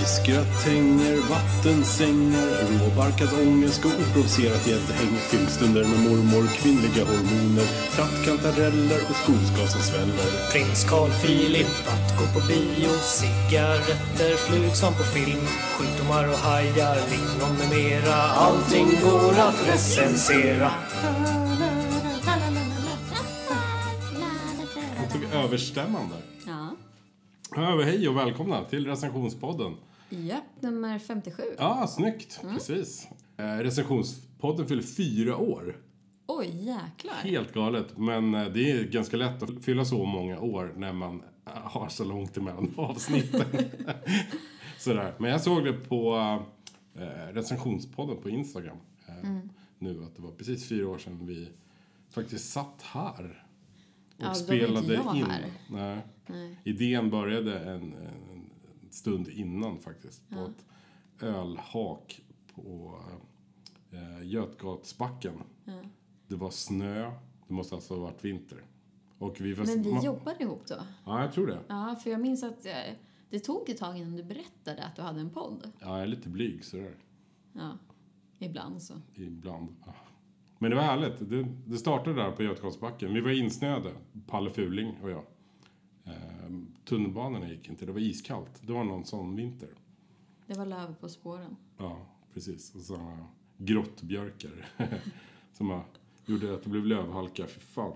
Fiskgratänger, vattensängar, råbarkad ångest och oprovocerat gäddhäng. Filmstunder med mormor, kvinnliga hormoner, trattkantareller och skogsgas som sväller. Prins Carl Philip, att gå på bio, cigaretter, flug som på film, sjukdomar och hajar, lingon med mera. Allting går att recensera. Jag tog överstämmande. Ja. Hej och välkomna till recensionspodden. Japp, nummer 57. Ja, snyggt. Precis. Recensionspodden fyller 4 år. Oj, jäklar. Helt galet, men det är ganska lätt att fylla så många år när man har så långt emellan avsnitten. Sådär. Men jag såg det på recensionspodden på Instagram nu, att det var precis 4 år sedan vi faktiskt satt här och spelade in. Här. Nej. Idén började en stund innan faktiskt, på ett ölhak på Götgatsbacken. Ja. Det var snö, det måste alltså ha varit vinter. Och vi Men vi jobbade ihop då? Ja, jag tror det. Ja, för jag minns att det tog ett tag innan du berättade att du hade en podd. Ja, jag är lite blyg sådär. Ja, ibland så. Ibland, ja. Men det var härligt. Det startade där på Götgatsbacken. Vi var insnöade, Palle Fuling och jag. Tunnelbanorna gick inte, det var iskallt. Det var någon sån vinter. Det var löv på spåren. Ja, precis. Och så grottbjörkar som gjorde att det blev lövhalka, för fan.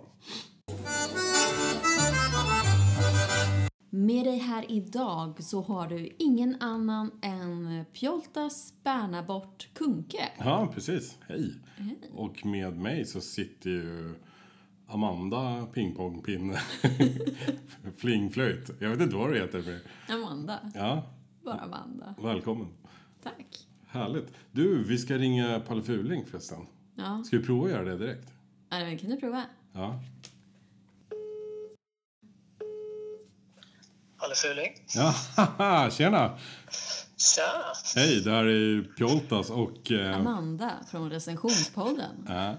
Med dig här idag så har du ingen annan än Pjoltas Bernabort Kunke. Ja, precis. Hej. Och med mig så sitter ju Amanda Pingpongpinne Flingflöjt. Jag vet inte vad du heter för. Amanda. Ja. Bara Amanda. Välkommen. Tack. Härligt. Du, vi ska ringa Palle Fuling förresten. Ja. Ska vi prova att göra det direkt? Ja, men kan du prova? Ja. Palle Fuling. Ja, haha, tjena. Tja. Hej, det här är Pjoltas och Amanda från recensionspodden. Ja.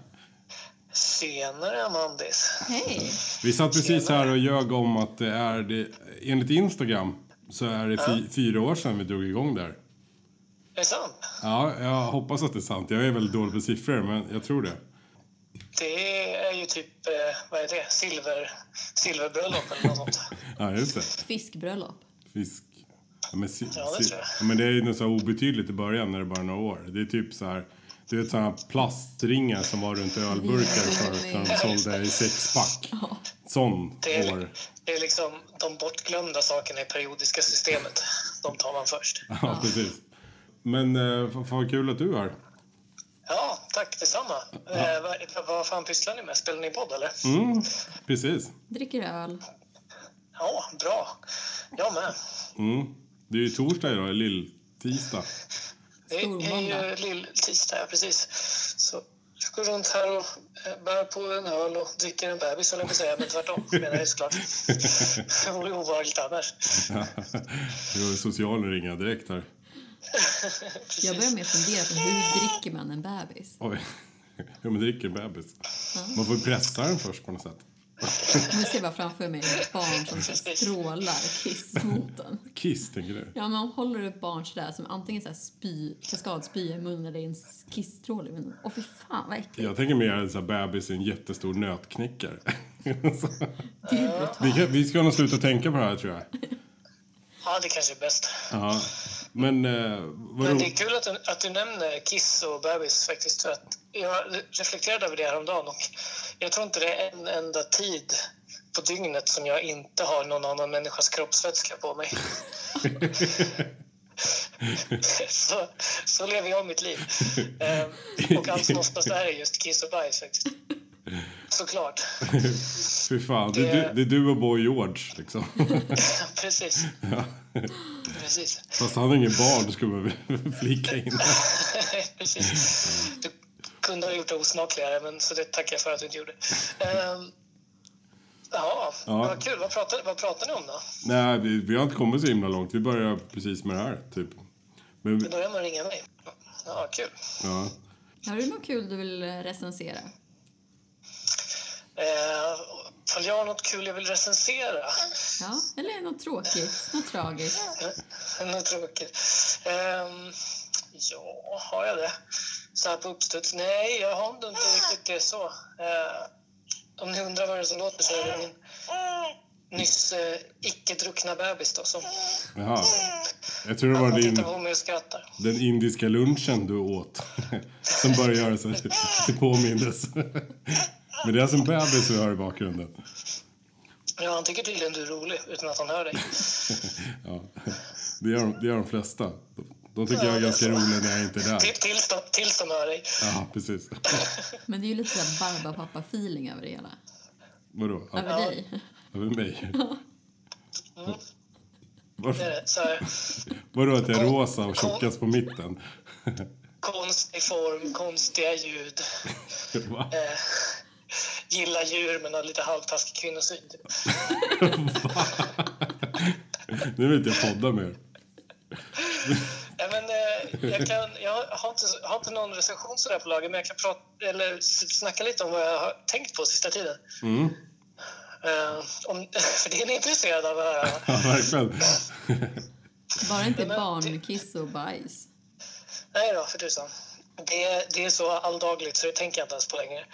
Senare, Amandis. Hej. Vi satt precis här och ljög om att det är enligt Instagram så är det 4 år sedan vi drog igång där. Är det sant? Ja, jag hoppas att det är sant. Jag är väldigt dålig på siffror, men jag tror det. Det är ju typ, vad är det? Silverbröllop eller något sånt. Ja, just det. Fiskbröllop. Fisk. Ja, men, det tror jag. Ja, men det är ju något så obetydligt i början när det bara är några år. Det är typ så här, det är sådana plastringar som var runt ölburkar förut när de sålde i 6-pack. Sån år. Det är liksom de bortglömda sakerna i periodiska systemet. De tar man först. Ja, precis. Men vad kul att du är. Ja, tack detsamma. Vad fan pysslar ni med? Spelar ni podd eller? Precis. Dricker öl. Ja, bra. Jag med. Det är ju torsdag idag, lill-tisdag. Det är ju lill-tisdag, ja, precis. Så jag går runt här och bär på en öl och dricker en bebis, eller jag säga, men tvärtom. Menar jag såklart. Det vore ovanligt annars. Jag är social och ringa direkt här. Jag börjar med fundera på hur dricker man en bebis? Oj, hur man dricker en bebis. Man får pressa den först på något sätt. Nu ser jag bara framför mig ett barn som strålar kiss mot den. Kiss, tänker du? Ja, man håller ett barn sådär som antingen så här kaskadspy i munnen eller en kissstråle i munnen. Åh, fy fan, vad äckligt. Jag tänker mer en sån här bebis i en jättestor nötknäckare. Det är brutalt. Vi ska nog sluta tänka på det här, tror jag. Ja, det kanske är bäst. Ja. Men det är kul att du nämner kiss och bebis faktiskt. För att jag reflekterade över det häromdagen och jag tror inte det är en enda tid på dygnet som jag inte har någon annan människas kroppsvätska på mig. så lever jag mitt liv. Och allt som oftast är just kiss och bajs faktiskt. Såklart. Fy fan, det är du och Boy George liksom. Precis. Ja. Precis. Fast han har ingen barn, ska man flika in. Precis. Du kunde ha gjort det osmakligare, men så det tackar jag för att du inte gjorde. Ja, vad kul. Vad pratar ni om då? Nej, vi har inte kommit så himla långt. Vi börjar precis med det här, typ. Men du börjar med att ringa mig. Ja, kul. Ja. Har du något kul du vill recensera? Ifall jag har något kul jag vill recensera. Ja, eller något tråkigt, något tragiskt. Något tråkigt. Ja, har jag det? Så här på uppstuds? Nej, jag har inte riktigt det så. Om ni undrar vad det är som låter så är det min nyss icke-druckna bebis då som... Jaha. Jag tror det var tittar på mig och skrattar. den indiska lunchen du åt som börjar göra sig till påminnes. Men det är alltså en bebis vi hör i bakgrunden. Ja, han tycker tydligen du är rolig utan att han hör dig. Ja, det gör de flesta. De tycker jag är ganska rolig när jag inte är där. Tills de hör dig. Ja, precis. Men det är ju lite sådär Barbapapa-feeling över det hela. Vadå? Över dig. Över mig? Det är så här, Vadå att jag är rosa och tjockast på mitten? konstig form, konstiga ljud. Va? Gillar djur men har lite halvtaskig kvinnosyn. Va? Nu vill inte jag podda mer. Ja, men, jag har inte någon recension så där på lager, men jag kan snacka lite om vad jag har tänkt på sista tiden. För det är ni intresserade av att höra. Ja, verkligen. Bara inte barn, kiss och bajs. Nej då, för tusan. Det är så alldagligt så det tänker jag inte ens på längre.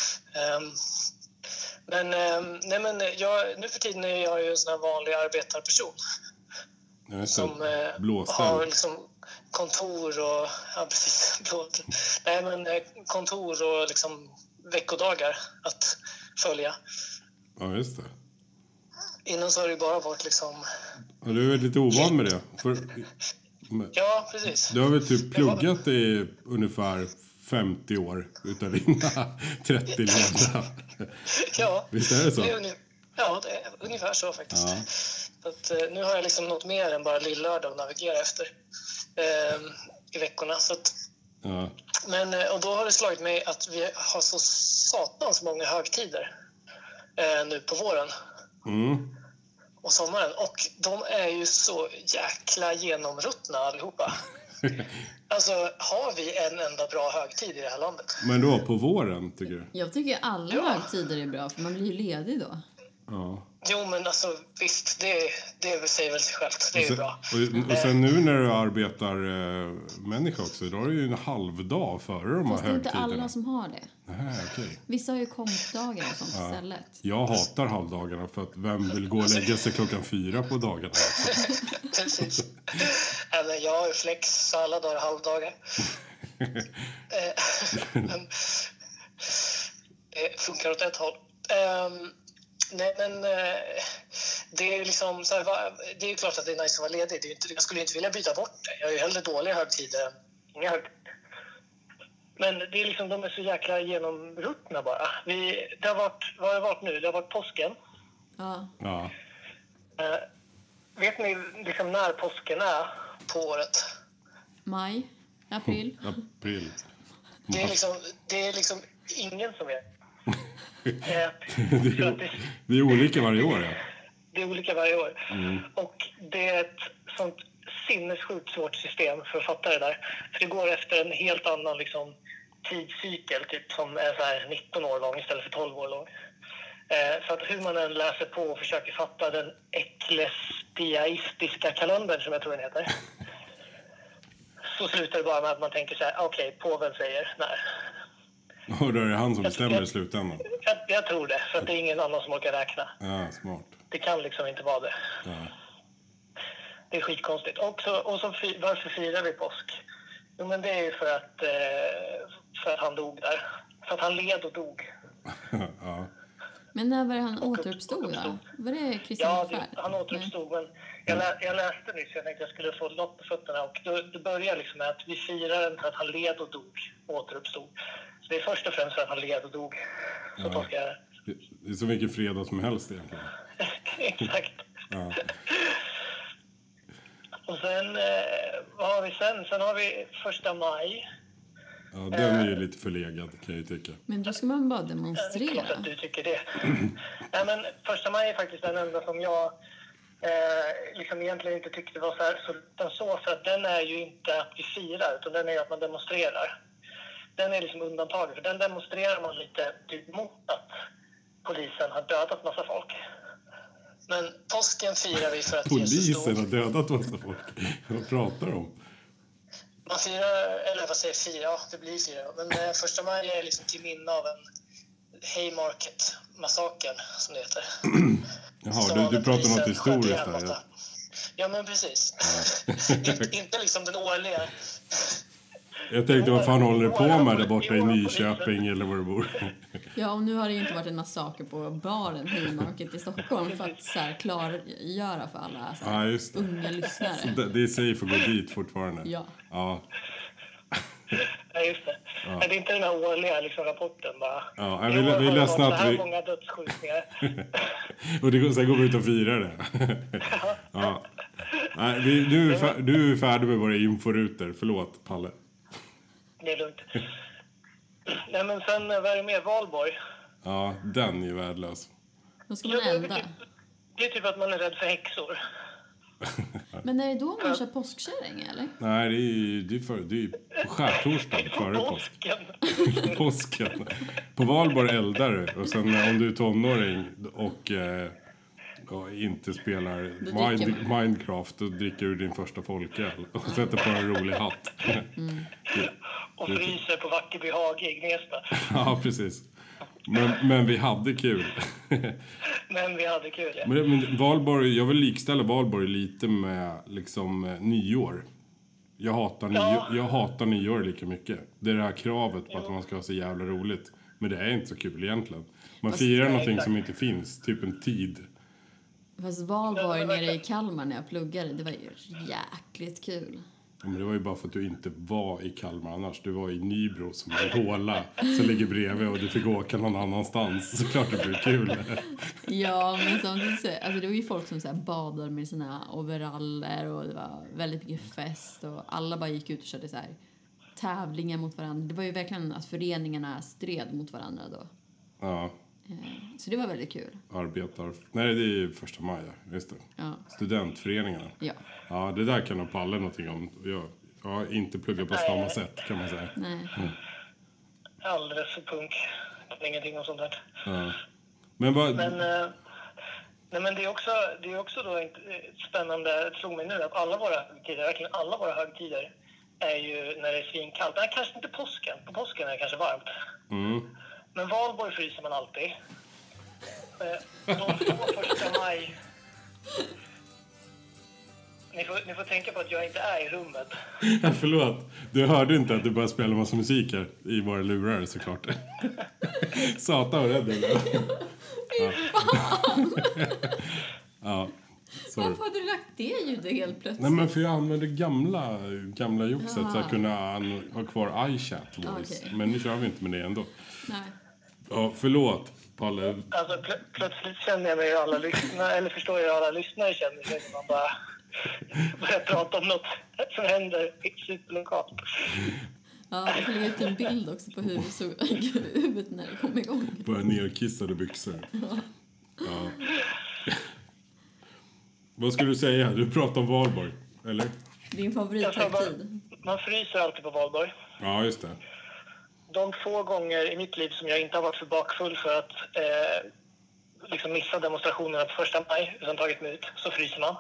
Nu för tiden är jag ju en sån här vanlig arbetarperson. Som har liksom kontor och... Ja, precis. Kontor och liksom veckodagar att följa. Ja, just det. Innan så har det bara varit liksom... Ja, du är lite ovan med det. Ja, precis. Du har väl typ pluggat i ungefär 50 år utav dina 30 levda. Ja. Visst är det så? Det är ungefär så faktiskt. Ja. Så att, nu har jag liksom något mer än bara lillördag att navigera efter i veckorna. Så att, Ja. och då har det slagit mig att vi har så satans många högtider nu på våren. Och sommaren. Och de är ju så jäkla genomruttna allihopa. Alltså, har vi en enda bra högtid i det här landet? Men då, på våren, tycker du? Jag tycker alla högtider är bra, för man blir ju ledig då. Ja. Jo, men alltså visst, det säger väl sig självt. Det är ju bra. Och sen nu när du arbetar människa också, då har du ju en halvdag före de här högtiderna. Fast det är inte alla som har det. Nej, okej. Vissa har ju kompdagar och sånt istället. Jag hatar halvdagarna för att vem vill gå och lägga sig 4:00 på dagarna? Precis. Eller jag har ju flex så alla dagar halvdagar. Men, det funkar åt ett håll. Nej, men det är liksom så här, det är ju klart att det är nice att vara ledig. Det är inte, jag skulle inte vilja byta bort det. Jag har ju hellre dåliga högtider än inga högtider. Men det är liksom, de är så jäkla genomruttna bara. Det har varit, vad har det varit nu? Det har varit påsken. Ja. Vet ni liksom när påsken är på året? Maj, april. April. Det är liksom ingen som vet. Det är olika varje år, ja. Det är olika varje år. Och det är ett sånt sinnessjukt svårt system för att fatta det där. För det går efter en helt annan liksom, tidscykel typ, som är så här 19 år lång istället för 12 år lång. Så att hur man än läser på och försöker fatta den eklesiaistiska kalendern, som jag tror den heter, så slutar det bara med att man tänker så här: okej, påven säger nej. Och då är det han som bestämmer i slutändan. Jag tror det, för att det är ingen annan som orkar räkna. Ja, smart. Det kan liksom inte vara det. Ja. Det är skitkonstigt. Och så varför firar vi påsk? Jo, men det är ju för att han dog där. För att han led och dog. Ja. Men när var det han återuppstod då? Var det Kristi himmelfärd? Ja, han återuppstod. Men jag läste nyss, jag tänkte jag skulle få något på fötterna. Och det börjar liksom med att vi firar den för att han led och dog och återuppstod. Så det är först och främst för att han led och dog. Så påskar jag det. Det är så mycket fredag som helst egentligen. Exakt. Ja. Och sen, vad har vi sen? Sen har vi 1 maj. Ja, den är ju lite förlegad, kan jag ju tycka. Men då ska man bara Det är demonstrera. klart att du tycker det. Nej, men 1 maj är faktiskt den enda som jag liksom egentligen inte tyckte var så, för att den är ju inte att vi firar, utan den är att man demonstrerar. Den är liksom undantaget, för den demonstrerar man lite typ mot att polisen har dödat massa folk. Men påsken firar vi för att Jesus Polisen dog. har dödat massa folk. Vad pratar de om? Man firar, eller vad säger fira? Ja, det blir fira. Men första maj är liksom till minne av en Haymarket-massakern, som det heter. Jaha, du pratar något historiskt där. Ja. Ja, men precis. inte liksom den årliga. Jag tänkte, vad fan håller du på med där borta i Nyköping eller var du bor? Ja, och nu har det ju inte varit en massaker på baren Haymarket i Stockholm för att så här, klargöra för alla så här, unga lyssnare. Så det är safe att gå dit fortfarande? Ja. Ja, just det. Ja. Det är inte den här årliga liksom, rapporten bara. Ja, vi är ledsna att vi... många dödsskjutningar. Och sen går vi ut och firar det. Ja. Nej, du är färdig med våra inforuter. Förlåt, Palle. Det är lugnt. Nej, men sen vad är det med Valborg? Ja, den är ju värdelös. Då ska man elda. Det är typ att man är rädd för häxor. Men är det då man kör påskkärring, eller? Nej, det är på skärtorsdagen före påsk. Påsken. På Valborg eldar du. Och sen om du är tonåring och inte spelar Minecraft, då dricker du din första folköl och sätter på en rolig hatt. Och fryser på Vackerby hage i Gnesta. Ja, precis. Men vi hade kul. Men vi hade kul, ja. Men Valborg, jag vill likställa Valborg lite med liksom nyår. Jag hatar nyår lika mycket. Det är det här kravet på att man ska ha så jävla roligt. Men det är inte så kul egentligen. Man firar någonting som inte finns, typ en tid. Fast Valborg nere i Kalmar när jag pluggade, det var ju jäkligt kul. Men det var ju bara för att du inte var i Kalmar annars. Du var i Nybro som en håla som ligger bredvid och du fick åka någon annanstans. Såklart det blir kul. Ja, men samtidigt så, alltså det var ju folk som så här badade med sina overaller och det var väldigt mycket fest och alla bara gick ut och körde så här tävlingar mot varandra. Det var ju verkligen att föreningarna stred mot varandra då. Ja. Så det var väldigt kul. Nej, det är ju 1 maj, just det. Ja. Studentföreningarna. Ja. Ja, det där kan nog Palle någonting om. Jag har inte pluggat på samma sätt, kan man säga. Nej. Alldeles för punk. Ingenting om sånt där. Ja. Men det är också då spännande, slog mig nu, att alla våra högtider, verkligen alla våra högtider, är ju när det är svinkallt. Nej, kanske inte påsken. På påsken är det kanske varmt. Men Valborg fryser man alltid. De 1 maj... Ni får tänka på att jag inte är i rummet. Ja, förlåt. Du hörde inte att du bara spelade massa musik här i våra lurar, såklart. Satan vad rädd du. Fy fan! Ja. Sorry. Varför hade du lagt det ljudet helt plötsligt? Nej, men för jag använder gamla joxet så att kunna ha kvar iChat voice. Okay. Men nu kör vi inte med det ändå. Nej. Ja, förlåt, Palle. Alltså, plötsligt känner jag mig alla lyssnare, eller förstår jag alla lyssnare känner sig som man bara börjar prata om något som händer superlokalt. Ja, jag får lägga ut en bild också på hur det såg ut när det kom igång. Bara nerkissade byxor. Ja. Vad skulle du säga? Du pratar om Valborg, eller? Din favorithögtid. Man fryser alltid på Valborg. Ja, just det. De 2 gånger i mitt liv som jag inte har varit för bakfull för att liksom missa demonstrationerna på 1 maj, utan tagit mig ut, så fryser man.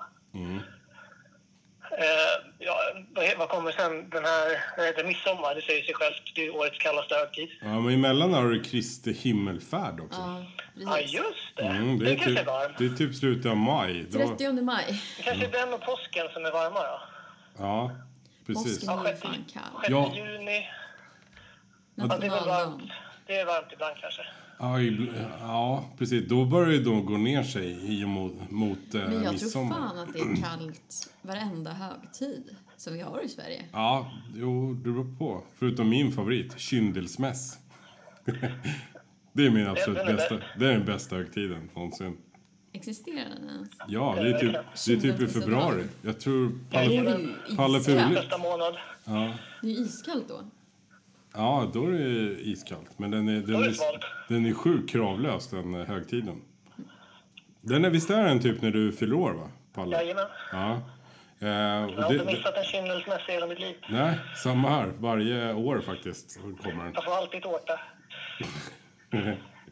Vad kommer sen? Den här midsommar, det säger sig självt, det är årets kallaste högtid. Ja, men emellan har du Kristi himmelfärd också. Ja, just det. Det är kanske är varmt. Det är typ slutet av maj. 30 maj. Det kanske är den och påsken som är varma då. Ja, precis. Påsken är fan kall. 6 juni. Ja, det är väl varmt. Det är varmt ibland kanske. Ja, precis. Då börjar det då gå ner sig mot Men jag midsommar. tror fan att det är kallt varenda högtid som vi har i Sverige. Ja, jo, det beror på. Förutom min favorit, kyndelsmäss. Det är min absolut bästa. Det är den bästa högtiden någonsin. Existerar den ens? Ja, det är typ i februari. Jag tror Palle Bästa månad. Ja. Det är ju iskallt då. Ja, då är det iskallt. Men den är sjukt kravlös, den högtiden. Visst är den typ när du fyller år, va, Palle? Jajamän. Ja. Jag har inte missat en kyndelsmäss i hela mitt liv. Nej, samma här. Varje år faktiskt kommer den. Jag får alltid tårta.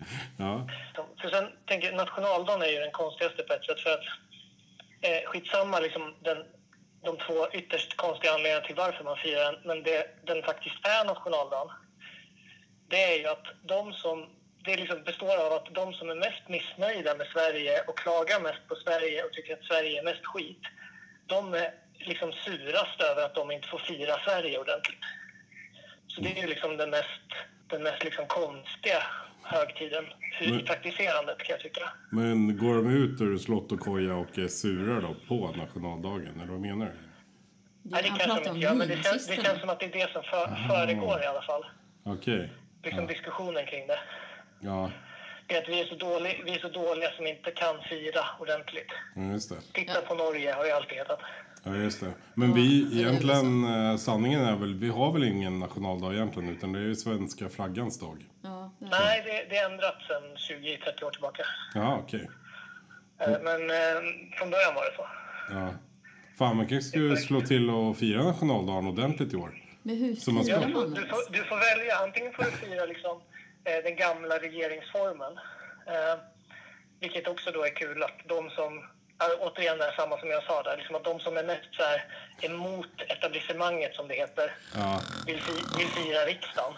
Ja. För sen tänker jag, nationaldagen är ju den konstigaste på ett sätt, för att skitsamma liksom de två ytterst konstiga anledningarna till varför man firar den, men den faktiskt är nationaldagen. Det är ju att det liksom består av att de som är mest missnöjda med Sverige och klagar mest på Sverige och tycker att Sverige är mest skit, de är liksom surast över att de inte får fira Sverige ordentligt. Så det är ju liksom den mest liksom konstiga högtiden i praktiserandet, kan jag tycka. Men går de ut ur slott och koja och är sura då på nationaldagen? Eller vad menar du? Nej, det kanske de inte gör, men det känns som att det är det som föregår i alla fall. Okej. Liksom diskussionen kring det. Ja. Det är att vi är så dåliga som inte kan fira ordentligt. Just det. Titta på Norge har ju alltid hetat. Ja, just det. Men vi egentligen, sanningen är väl, vi har väl ingen nationaldag egentligen, utan det är ju svenska flaggans dag. Ja, Nej, det är ändrat sedan 20-30 år tillbaka. Ja, okej. Men från början var det så. Ja. Fan, man kanske skulle slå till och fira nationaldagen ordentligt i år. Men hur Så man firar ska- man? Du får välja. Antingen får du fira liksom, den gamla regeringsformen. Vilket också då är kul att de som, återigen är samma som jag sa där, liksom att de som är mest så här emot etablissemanget, som det heter, Ja. vill fira riksdagen.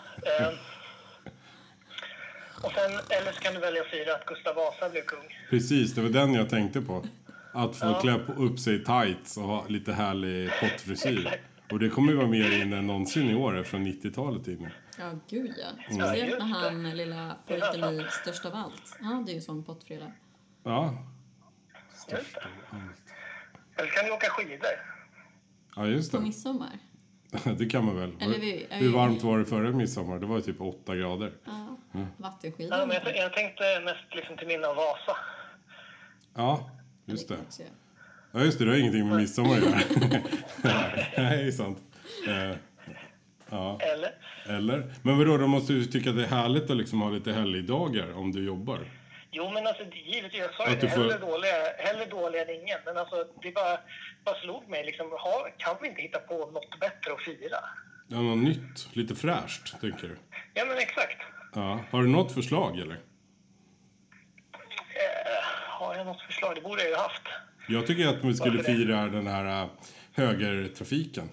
Och sen, eller så kan du välja att fira att Gustav Vasa blev kung. Precis, det var den jag tänkte på. Att få klä upp sig i tights och ha lite härlig pottfrisyr. Och det kommer ju vara mer in än någonsin i år från 90-talet in. Ja, gud ja. Speciellt när han, lilla pojken i Störst av allt. Han hade ju sån pottfrilla. Ja. Just det. Eller så kan du åka skidor. Ja, just På det. midsommar. Det kan man väl. Hur varmt var det förra midsommar? Det var typ 8 grader. Ja, vattenskidor. Ja, men jag tänkte mest liksom till minne av Vasa. Ja, just det. kan jag också göra. Ja, just det. Det har ingenting med midsommar att göra. Nej, det är sant. Ja. Eller? Men vadå, då måste du tycka att det är härligt att liksom ha lite helgdagar om du jobbar. Jo, men alltså givetvis, jag sa Att ju du det, får- hellre dåliga än ingen. Men alltså, det bara slog mig liksom, kan vi inte hitta på något bättre att fira? Ja, något nytt. Lite fräscht, tänker du. Ja, men exakt. Ja. Har du något förslag, eller? Har jag något förslag? Det borde jag ju haft. Jag tycker att vi skulle fira den här högertrafiken.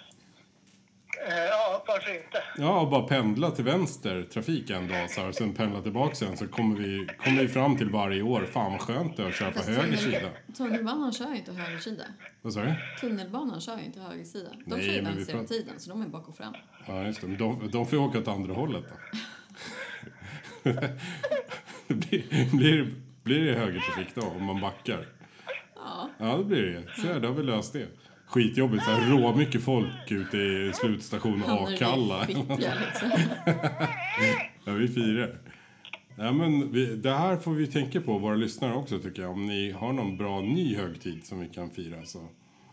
Ja, varför inte? Ja, och bara pendla till vänster trafik en dag så här, och sen pendla tillbaka sen, så kommer vi fram till varje år. Fan vad skönt det är att köra på höger sida. Tunnelbanan kör ju inte höger sida. Vad sa du? Tunnelbanan kör ju inte höger sida. De Nej, kör ju men vi vänster hela pratar- tiden, så de är bak och fram. Ja, just det. Men de får ju åka åt andra hållet då. blir det högertrafik då om man backar? Ja. Ja, det blir det. Så då har vi löst det. Skitjobbigt, så här rå mycket folk ute i slutstationen Akalla. Fittja, liksom. Ja, vi firar. Ja, men det här får vi tänka på, våra lyssnare också tycker jag. Om ni har någon bra ny högtid som vi kan fira så.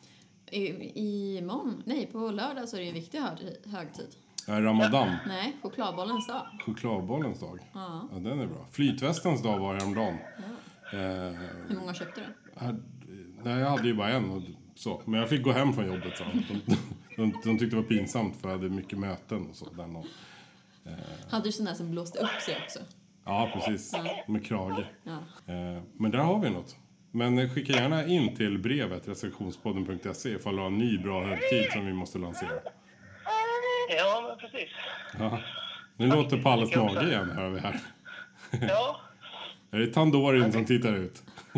På lördag så är det en viktig högtid. Ramadan. Nej, chokladbollens dag. Chokladbollens dag. Ja. Ja, den är bra. Flytvästens dag var häromdagen. Hur många köpte du? Nej, jag hade ju bara en och så. Men jag fick gå hem från jobbet så. De tyckte det var pinsamt för jag hade mycket möten och så. Hade du sån där som blåste upp sig också? Ja, precis. Med krage. Ja. Men där har vi något. Men skicka gärna in till brevet recensionspodden.se ifall du har en ny bra högtid som vi måste lansera. Ja, men precis. Ja. Nu låter Palles mage igen, hör vi här. Ja, Det är Tandorin som tittar ut.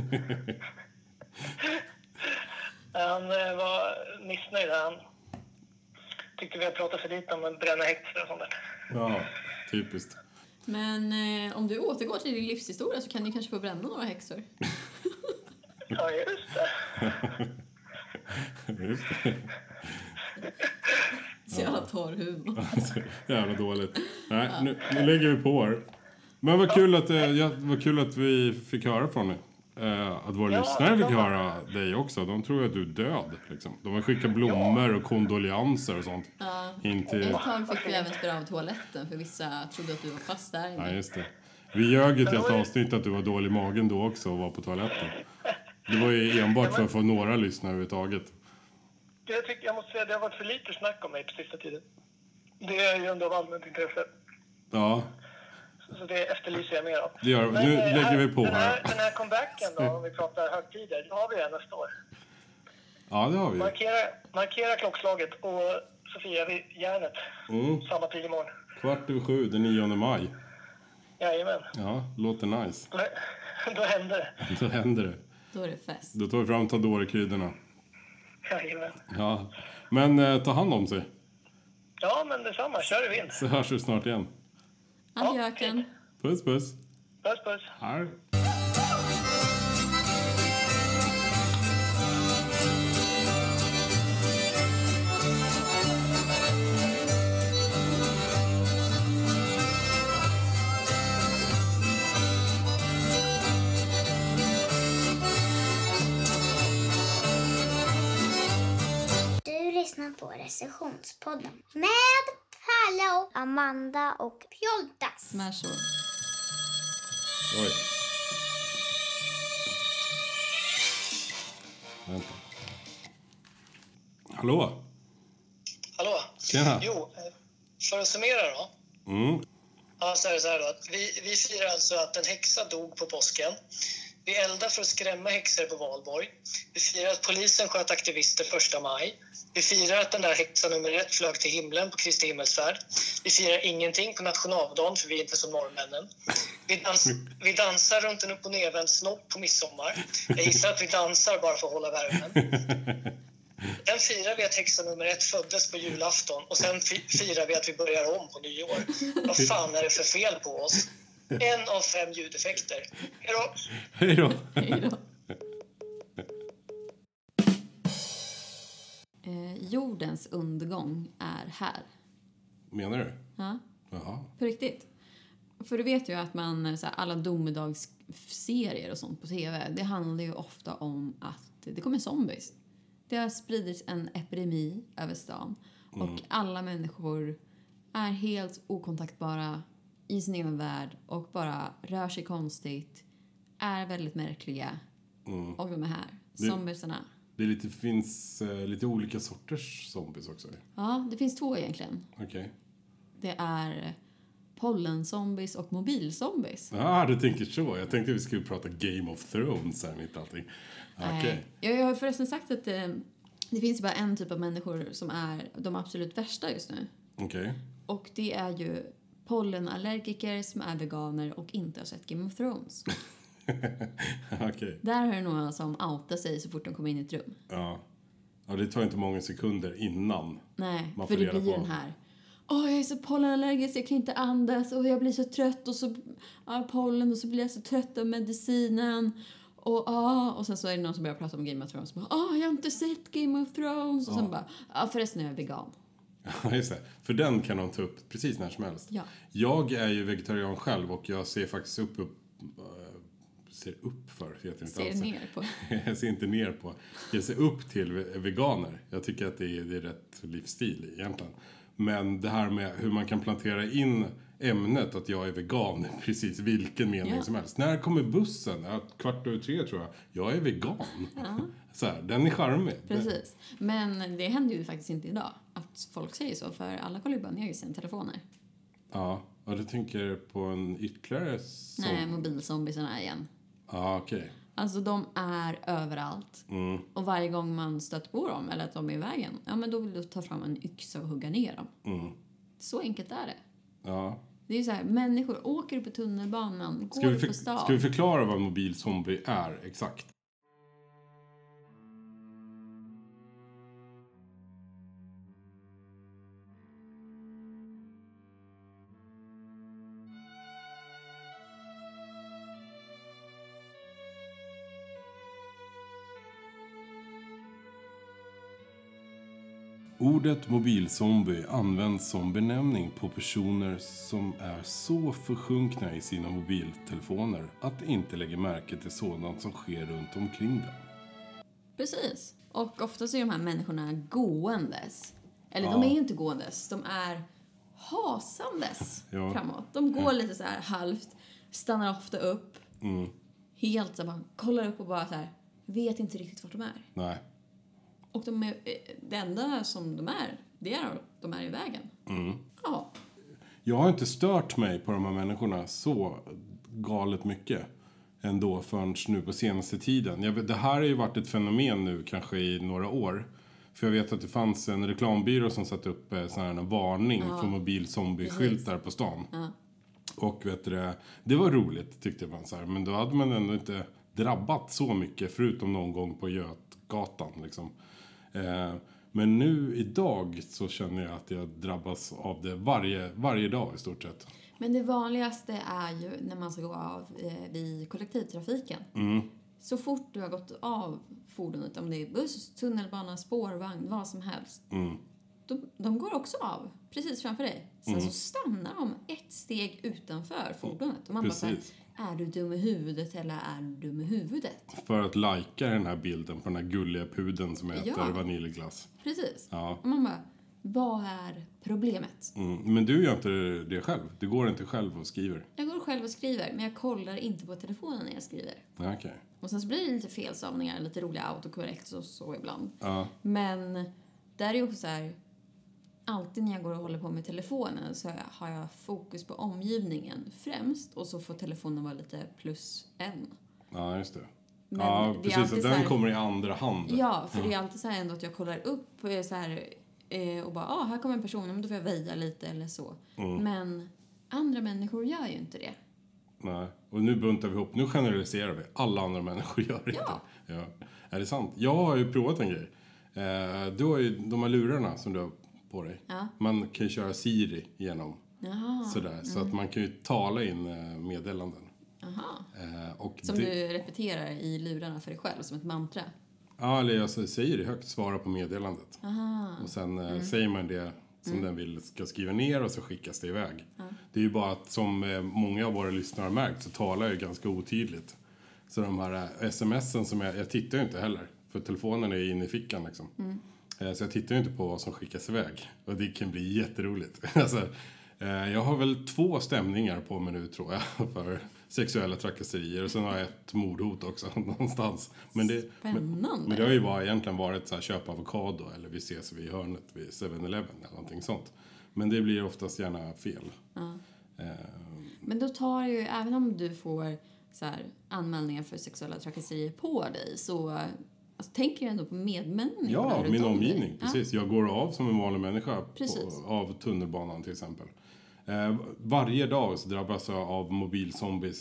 han var missnöjd. Han tyckte vi har pratat för lite om att bränna häxor och sånt där. Ja, typiskt. Men om du återgår till din livshistoria så kan du kanske få bränna några häxor. Ja, just det. Just det. Så jävla torr humor. Jävla dåligt. Nej, nu lägger vi på här. Men vad kul att vi fick höra från dig. Att våra lyssnare fick höra dig också. De tror att du är död. Liksom. De har skickat blommor och kondolianser och sånt. Ja. In till... Ett tag fick vi även spela av toaletten för vissa trodde att du var fast där Ja, inne. just det. Vi ljög ju till ett avsnitt att du var dålig i magen då också och var på toaletten. Det var ju enbart för att få några lyssnare överhuvudtaget. Jag måste säga att det har varit för lite snack om mig på sista tiden. Det är ju ändå av allmänt intresse. Ja. Så det efterlyser jag mer av. Det gör, nu lägger vi på den här. Den här comebacken då, om vi pratar högtider, då har vi det nästa år. Ja, det har vi. Markera klockslaget och så firar vi järnet samma tid imorgon. 6:15, den 9 maj. Jajamän. Ja, låter nice. Då händer det. Då händer det. Då är det fest. Då tar vi fram Tandori-kryddorna. Jajamän. Ja, men ta hand om sig. Ja, men detsamma. Kör i vind. Så hörs vi snart igen. Adjöken. Puss, puss. Puss, puss. Här. Du lyssnar på Recensionspodden med Hallå, Amanda och Pjoltas. Smash så. Oj. Vänta. Hallå? Hallå? Tjena. Jo, för att summera då. Ja, så är det så här då. Att vi firar alltså att en häxa dog på påsken. Vi eldar för att skrämma häxor på valborg. Vi firar att polisen sköt aktivister 1 maj. Vi firar att den där häxan nummer 1 flög till himlen på Kristi himmelsfärd. Vi firar ingenting på nationaldagen för vi är inte som norrmännen. Vi dansar runt en upp- och nervänd snopp på midsommar. Jag gissar att vi dansar bara för att hålla värmen. Sen firar vi att häxa nummer 1 föddes på julafton. Och sen firar vi att vi börjar om på nyår. Vad fan är det för fel på oss? 1 av 5 ljudeffekter. Hej då! Hej då. Hej då. Jordens undergång är här. Menar du? Ja, Jaha. på riktigt. För du vet ju att man, så här, alla domedagsserier och sånt på tv, det handlar ju ofta om att det kommer zombies. Det har spridits en epidemi över stan. Och alla människor är helt okontaktbara i sin egen värld och bara rör sig konstigt, är väldigt märkliga och de är här. Zombiesarna. Det finns lite olika sorters zombies också. Ja, det finns 2 egentligen. Okej. Det är pollenzombies och mobilzombies. Ja, du tänker så. Jag tänkte vi skulle prata Game of Thrones här mitt allting. Okej. Jag har förresten sagt att det finns bara en typ av människor som är de absolut värsta just nu. Okej. Och det är ju pollenallergiker som är veganer och inte har sett Game of Thrones. Okej. Där har det några som outar sig så fort de kommer in i ett rum. Ja. Ja, det tar inte många sekunder innan. Nej, Man för får det reda blir ju på. den här. Jag är så pollenallergisk, jag kan inte andas och jag blir så trött och så pollen och så blir jag så trött av medicinen. Och sen så är det någon som börjar prata om Game of Thrones. Jag har inte sett Game of Thrones. Och sen bara, förresten är jag vegan. Ja, just det. För den kan de ta upp precis när som helst. Ja. Jag är ju vegetarian själv och jag ser faktiskt ser upp för. Heter det inte Ser alls. ner på. Jag ser inte ner på. Jag ser upp till veganer. Jag tycker att det är rätt livsstil egentligen. Men det här med hur man kan plantera in ämnet att jag är vegan precis vilken mening som helst. När kommer bussen? 2:15 tror jag. Jag är vegan. Ja. Så här, den är charmig. Precis. Men det händer ju faktiskt inte idag att folk säger så. För alla kollar ju bara ner i sina telefoner. Ja, och du tänker på en ytterligare Nej, mobilzombiesarna igen. Ja, okej. Alltså de är överallt. Och varje gång man stöter på dem eller att de är i vägen, ja men då vill du ta fram en yxa och hugga ner dem. Så enkelt är det. Ja. Det är ju så här, människor åker upp i tunnelbanan, går på stan. Ska vi förklara vad mobilzombie är exakt? Ordet mobilzombie används som benämning på personer som är så försjunkna i sina mobiltelefoner att de inte lägger märke till sådant som sker runt omkring dem. Precis. Och ofta så är de här människorna gåendes. Eller de är ju inte gåendes, de är hasandes framåt. De går lite så här halvt, stannar ofta upp. Helt så här, bara kollar upp och bara så här, vet inte riktigt vart de är. Nej. Och de är, det enda som de är, det är att de är i vägen. Ja. Jag har inte stört mig på de här människorna så galet mycket ändå förrän nu på senaste tiden. Det här har ju varit ett fenomen nu kanske i några år. För jag vet att det fanns en reklambyrå som satte upp sån här en varning för mobilzombie-skyltar på stan. Ja. Och vet du, det var roligt tyckte man så här. Men då hade man ändå inte drabbat så mycket förutom någon gång på Götgatan liksom. Men nu idag så känner jag att jag drabbas av det varje dag i stort sett. Men det vanligaste är ju när man ska gå av vid kollektivtrafiken. Så fort du har gått av fordonet, om det är buss, tunnelbana, spårvagn, vad som helst. De går också av precis framför dig. Sen så stannar de ett steg utanför fordonet. Och man bara så här, är du dum i huvudet eller är du dum i huvudet? För att lajka den här bilden på den här gulliga pudeln som äter vaniljglass. Precis. Ja. Och man bara, vad är problemet? Men du gör inte det själv. Du går inte själv och skriver. Jag går själv och skriver, men jag kollar inte på telefonen när jag skriver. Okej. Och sen så blir det lite felstavningar, lite roliga autokorrekt och så ibland. Ja. Men där är ju också så här, alltid när jag går och håller på med telefonen så har jag fokus på omgivningen främst. Och så får telefonen vara lite +1. Ja, just det. Men ja, det är precis. alltid Att så den här, kommer i andra hand. Ja, för det är alltid så här ändå att jag kollar upp så här, och bara, här kommer en person, men då får jag väja lite eller så. Men andra människor gör ju inte det. Nej, och nu buntar vi ihop. Nu generaliserar vi. Alla andra människor gör det inte. Ja. Är det sant? Jag har ju provat en grej. Du har ju de här lurarna som du har på dig. Ja. Man kan ju köra Siri igenom. Jaha. Sådär. Så att man kan ju tala in meddelanden. Aha. Och Som du repeterar i lurarna för dig själv som ett mantra. Ja, eller jag säger det högt. Svara på meddelandet. Aha. Och sen säger man det som den vill ska skriva ner och så skickas det iväg. Det är ju bara att som många av våra lyssnare har märkt så talar jag ganska otydligt. Så de här smsen som jag tittar ju inte heller. För telefonen är inne i fickan liksom. Så jag tittar ju inte på vad som skickas iväg. Och det kan bli jätteroligt. Alltså, jag har väl 2 stämningar på mig nu tror jag. För sexuella trakasserier. Och sen har jag ett mordhot också någonstans. Spännande. Men det har ju egentligen varit så här, köp avokado. Eller vi ses vid hörnet vid 7-Eleven eller någonting sånt. Men det blir oftast gärna fel. Men då tar det ju, även om du får så här, anmälningar för sexuella trakasserier på dig, så alltså, tänker du ändå på medmänniskor. Ja, min omgivning. Ja. Precis. Jag går av som en vanlig människa av tunnelbanan till exempel. Varje dag så drabbas jag av mobilzombies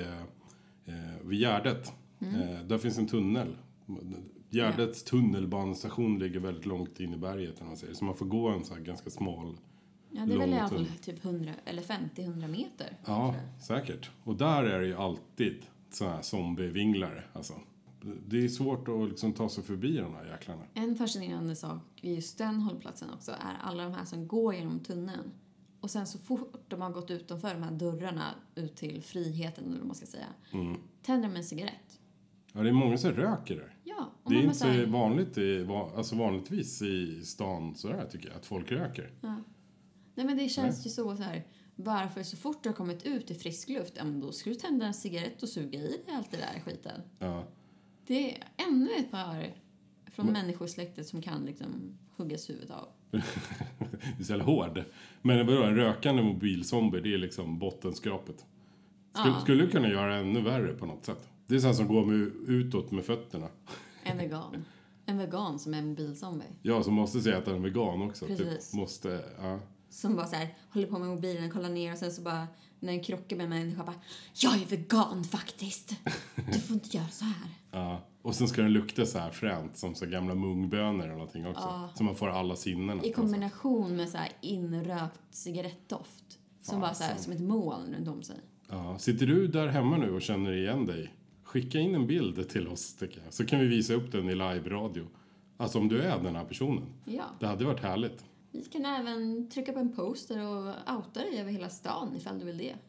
vid Gärdet. Där finns en tunnel. Gärdets tunnelbanestation ligger väldigt långt in i berget. Man säger. Så man får gå en så här ganska smal. Ja, det är väl i alla fall typ 100 eller 50-100 meter. Ja, säkert. Och där är det ju alltid sådana här zombievinglare. Alltså, det är svårt att liksom ta sig förbi de här jäklarna. En fascinerande sak vid just den hållplatsen också är alla de här som går genom tunneln. Och sen så fort de har gått utanför de här dörrarna ut till friheten, eller vad man ska säga, tänder de en cigarett. Ja, det är många som röker där. Ja, och Det är man inte så vanligt, vanligtvis i stan sådär tycker jag, att folk röker. Ja. Nej, men det känns ju så här, varför så fort du har kommit ut i frisk luft, då ska du tända en cigarett och suga i dig allt det där skiten. Ja. Det är ännu ett par från människosläktet som kan liksom huggas huvudet av. Det är så jävla hård. Men vadå, en rökande mobilzombie, det är liksom bottenskrapet. Skulle du kunna göra ännu värre på något sätt? Det är sån som går utåt med fötterna. En vegan. En vegan som är mobilzombie. Ja, som måste säga att den är vegan också. Precis. Typ, måste, ja. Som bara så här, håller på med mobilen, kollar ner och sen så bara, när en krockar med en människa bara, jag är vegan faktiskt. Du får inte göra så här. Ja. Och sen ska den lukta så här fränt som så gamla mungbönor eller någonting också. Ja. Så man får alla sinnen. I kombination med så här inrökt cigarettdoft. Som bara så här, som ett moln runt om sig. Ja. Sitter du där hemma nu och känner igen dig? Skicka in en bild till oss, tycker jag. Så kan vi visa upp den i live-radio. Alltså om du är den här personen. Ja. Det hade varit härligt. Vi kan även trycka på en poster och outa dig över hela stan ifall du vill det.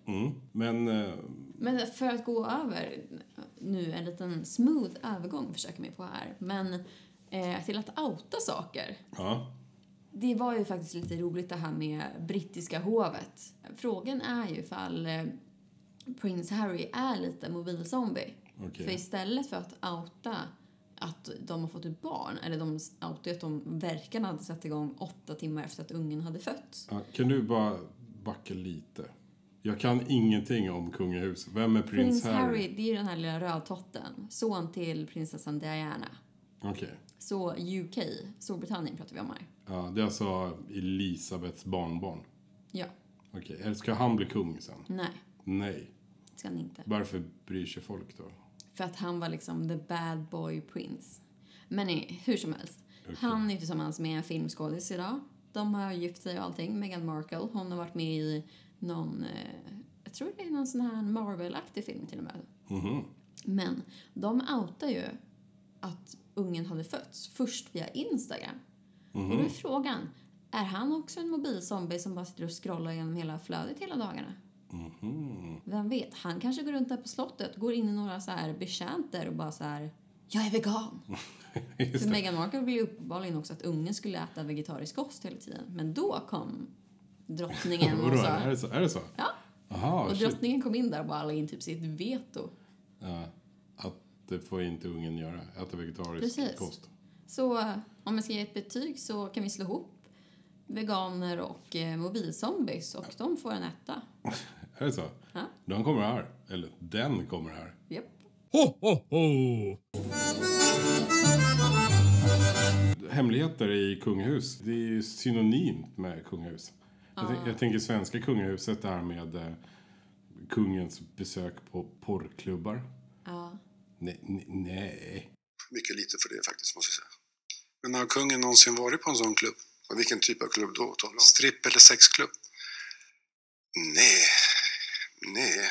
Men för att gå över nu en liten smooth övergång försöker mig på här. Men till att outa saker. Ja. Det var ju faktiskt lite roligt det här med brittiska hovet. Frågan är ju ifall Prince Harry är lite mobilzombie. Okay. För istället för att outa att de har fått ett barn, eller de outar att de verkarna hade satt igång 8 timmar efter att ungen hade fötts. Ja, kan du bara backa lite. Jag kan ingenting om kungahus. Vem är prins Harry? Det är den här lilla rödtotten. Son till prinsessan Diana. Okej. Så UK, Storbritannien pratar vi om här. Ja, det är alltså Elisabeths barnbarn. Ja. Okej. Eller ska han bli kung sen? Nej, Nej. ska han inte. Varför bryr sig folk då? För att han var liksom the bad boy prince. Men nej, hur som helst. Okej. Han är tillsammans med en filmskådis idag. De har gift sig och allting. Meghan Markle, hon har varit med i någon... jag tror det är någon sån här Marvel-aktig film till och med. Mhm. Men de outar ju att ungen hade fötts först via Instagram. Och då är frågan, är han också en mobilzombie som bara sitter och scrollar genom hela flödet hela dagarna? Vem vet, han kanske går runt där på slottet, går in i några så här betjänter och bara så här, jag är vegan. Just För det. Meghan Markle ville ju uppenbarligen också att ungen skulle äta vegetarisk kost hela tiden. Men då kom drottningen och Vadå, sa... är det så? Ja, Aha, och shit. drottningen kom in där och bara la in typ sitt veto. Ja, att det får inte ungen göra. Äta vegetarisk Precis. kost. Så om jag ska ge ett betyg så kan vi slå ihop veganer och mobilzombies och de får en etta. Är det så? Ja. De kommer här. Eller den kommer här. Japp. Hemligheter i kungahus, det är ju synonymt med kungahus. Jag tänker svenska kungahuset där med kungens besök på porrklubbar. Ja. Nej. Mycket lite för det faktiskt, måste jag säga. Men har kungen någonsin varit på en sån klubb? Och vilken typ av klubb då? Stripp- eller sexklubb? Nej.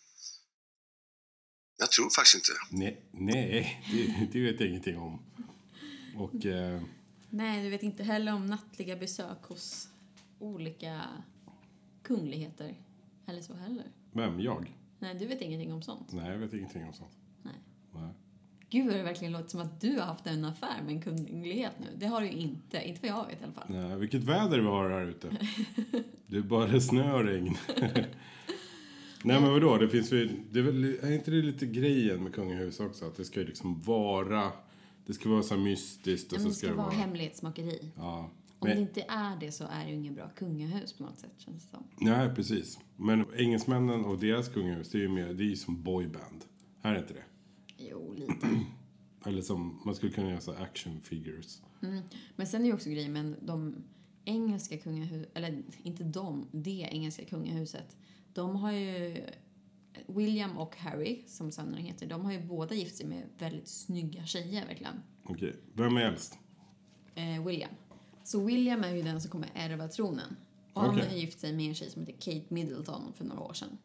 Jag tror faktiskt inte. Nej, det vet jag ingenting om. Och Nej, du vet inte heller om nattliga besök hos olika kungligheter. Eller så heller. vem? Jag? Nej, du vet ingenting om sånt. Nej, jag vet ingenting om sånt. Nej. Nej. Gud vad det verkligen låter som att du har haft en affär med en kunglighet nu. Det har du ju inte. Inte vad jag vet i alla fall. Nej, vilket väder vi har här ute. Det är bara snö och regn. Nej, men vadå? Det finns ju... är inte det lite grejen med kungahus också? Att det ska ju liksom vara... Det ska vara så här mystiskt. Och Men så det ska vara hemlighetsmakeri. Ja. Om det inte är det så är det ju ingen bra kungahus på något sätt, känns det som. Nej, precis. Men engelsmännen och deras kungahus, det är ju mer... Det är ju som boyband. Här är inte det. Jo, lite. Eller som... Man skulle kunna göra så action figures. Men sen är ju också grejen med de engelska kungahus... Eller inte det engelska kungahuset. De har ju... William och Harry, som sönerna heter, de har ju båda gift sig med väldigt snygga tjejer, verkligen. Okej. Vem är äldst? William. Så William är ju den som kommer ärva tronen. Och han Okej. har gift sig med en tjej som heter Kate Middleton för några år sedan.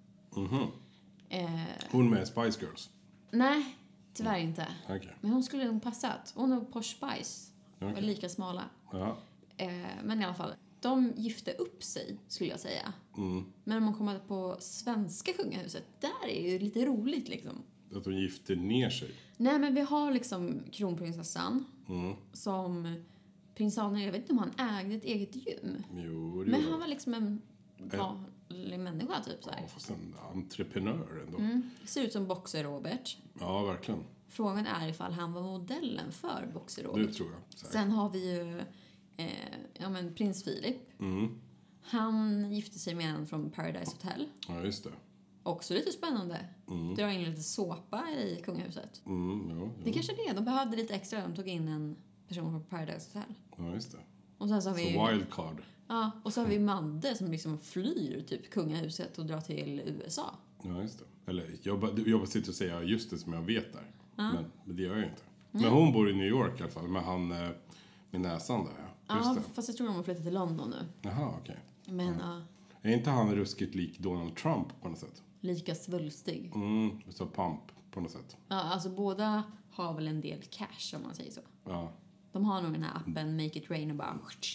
Hon med Spice Girls. Nej, tyvärr inte. Okej. Men hon skulle nog passat. Hon och Posh Spice var Okej. lika smala. Ja. Men i alla fall, de gifte upp sig, skulle jag säga. Men om man kommer på svenska kungahuset, där är det ju lite roligt liksom. Att de gifter ner sig. Nej, men vi har liksom kronprinsessan som prins Daniel, jag vet inte om han ägde ett eget gym. Jo, det Men gör han var liksom en vanlig människa typ så här. Ja, fast en entreprenör ändå. Ser ut som Boxer-Robert. Ja, verkligen. Frågan är ifall han var modellen för Boxer-Robert. Det tror jag. Säkert. Sen har vi ju prins Philip. Han gifte sig med en från Paradise Hotel. Ja, just det. Också lite spännande. Drar in lite såpa i kungahuset. Ja, Det kanske är det. De behövde lite extra. De tog in en person från Paradise Hotel. ja, just det. Och sen så har vi Så wildcard. ja, och så har vi Madde som liksom flyr typ kungahuset och drar till USA. Ja, just det. Eller jag bara sitter och säger just det som jag vet där. Men det gör jag inte. Men hon bor i New York i alla fall. Med han med näsan där. Ja. Just Ja, det. fast jag tror de har flyttat till London nu. Jaha, okej. Men ja, Är inte han ruskigt lik Donald Trump på något sätt? lika svulstig. Så pump på något sätt. Ja, alltså båda har väl en del cash om man säger så. Ja. De har nog den här appen Make It Rain och bara...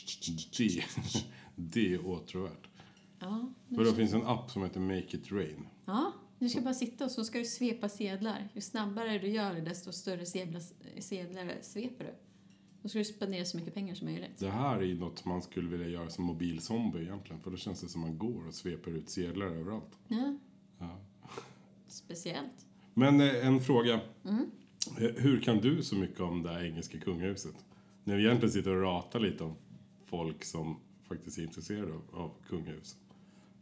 Det är åtråvärt. Ja, För då finns en app som heter Make It Rain. ja, du ska bara sitta och så ska du svepa sedlar. Ju snabbare du gör det, desto större sedlar sveper du. Då ska du spendera så mycket pengar som möjligt. Det här är ju något man skulle vilja göra som mobilzombie egentligen. För då känns det som man går och sveper ut sedlar överallt. Ja. Ja. Speciellt. Men en fråga. Hur kan du så mycket om det här engelska kungahuset? När vi egentligen sitter och ratar lite om folk som faktiskt är intresserade av kungahus.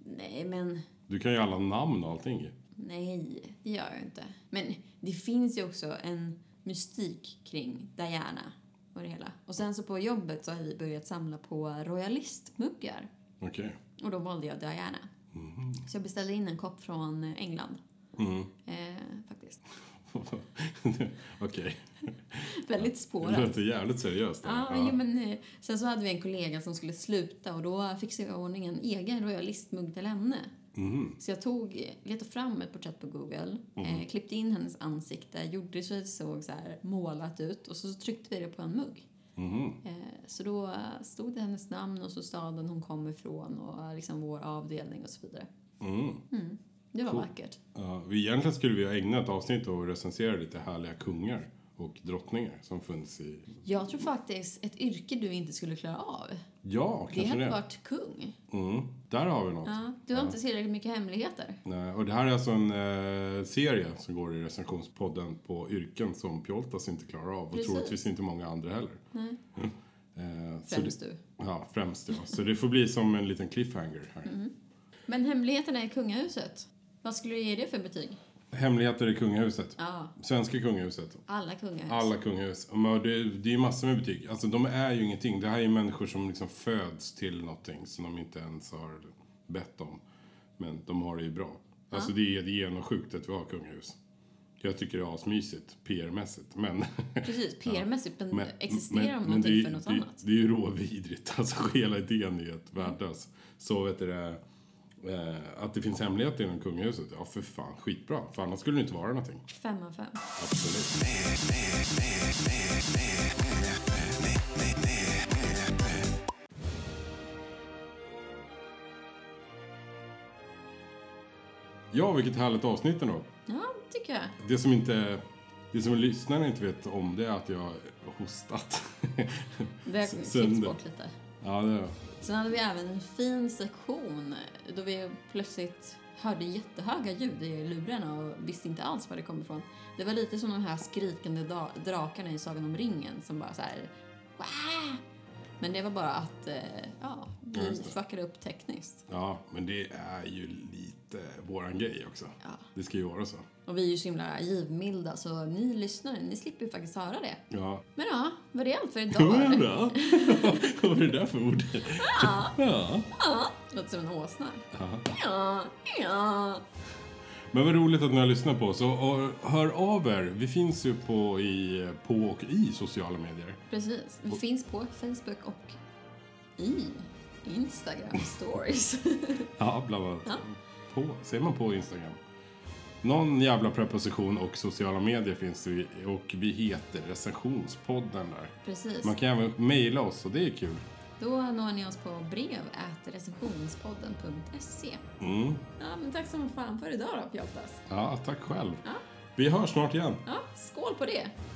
Nej, men... Du kan ju alla namn och allting. Nej, det gör jag inte. Men det finns ju också en mystik kring Diana och det hela. Och sen så på jobbet så har vi börjat samla på royalistmuggar. Okej. Och då valde jag Diana. Så jag beställde in en kopp från England. Faktiskt. Okej. Väldigt Det spårat. låter jävligt seriöst. Ja, jo, men sen så hade vi en kollega som skulle sluta och då fixade jag i ordning en egen royalistmugg till henne. Så jag letade fram ett porträtt på Google, klippte in hennes ansikte, gjorde så att det såg så här målat ut och så tryckte vi det på en mugg. Så då stod det hennes namn och så staden hon kom ifrån och liksom vår avdelning och så vidare. Det var vackert. Ja, egentligen skulle vi ha ägnat ett avsnitt och recensera lite härliga kungar och drottningar som finns i... Jag tror faktiskt ett yrke du inte skulle klara av. Ja, Det kanske hade det. varit kung. Där har vi något. Ja, du har inte tillräckligt mycket hemligheter. Nej, och det här är alltså en serie som går i recensionspodden på yrken som Pjoltas inte klarar av. Och Precis. troligtvis inte många andra heller. Nej. Så Främst det, du. Ja, främst ja. Så det får bli som en liten cliffhanger här. Men hemligheterna i kungahuset. Vad skulle du ge det för betyg? Hemligheter i kungahuset. Ja, Svenska kungahuset. alla kungahus. Alla kungahus. Men det är ju massor med betyg. Alltså de är ju ingenting. Det här är ju människor som liksom föds till någonting som de inte ens har bett om. Men de har det ju bra. Alltså det är genomsjukt att vi har kungahus. Jag tycker det är asmysigt, PR-mässigt. Men... Precis, PR-mässigt. Men existerar de men någonting för något annat? Det är ju råvidrigt. Alltså hela idén är ju ett värdelös. Så vet du det... att det finns hemligheter inom kungahuset. Ja, för fan. Skitbra. För annars skulle det inte vara någonting. 5 av 5. Absolut. Ja, vilket härligt avsnitt ändå. Ja, tycker jag. Det som lyssnarna inte vet om det är att jag har hostat. Det har klippts Sönder. bort lite. Ja, det är. Sen hade vi även en fin sektion då vi plötsligt hörde jättehöga ljud i lurarna och visste inte alls var det kom ifrån. Det var lite som de här skrikande drakarna i Sagan om ringen som bara så här... Wah! Men det var bara att vi fuckade upp tekniskt. Ja, men det är ju lite våran grej också. Ja. Det ska ju vara så. Och vi är ju så himla givmilda så ni lyssnare, ni slipper ju faktiskt höra det. Ja. Men ja, var det allt för idag? Hurra! Vad var det där för ord? Ja. Ja. Ja, låter som en åsna. Ja. Ja. Men vad roligt att ni har lyssnat på oss. Och hör av er. Vi finns ju på och i sociala medier. Precis. Vi finns på Facebook och i Instagram stories. Ja, bland annat. Ja. Ser man på Instagram. Någon jävla preposition och sociala medier finns det. Och vi heter Recensionspodden där. Precis. Man kan även mejla oss och det är kul. Då når ni oss på brev@recensionspodden.se. Ja, men tack så fan för idag då, Pjoltas. Ja, tack själv. Ja. Vi hörs snart igen. Ja, skål på det.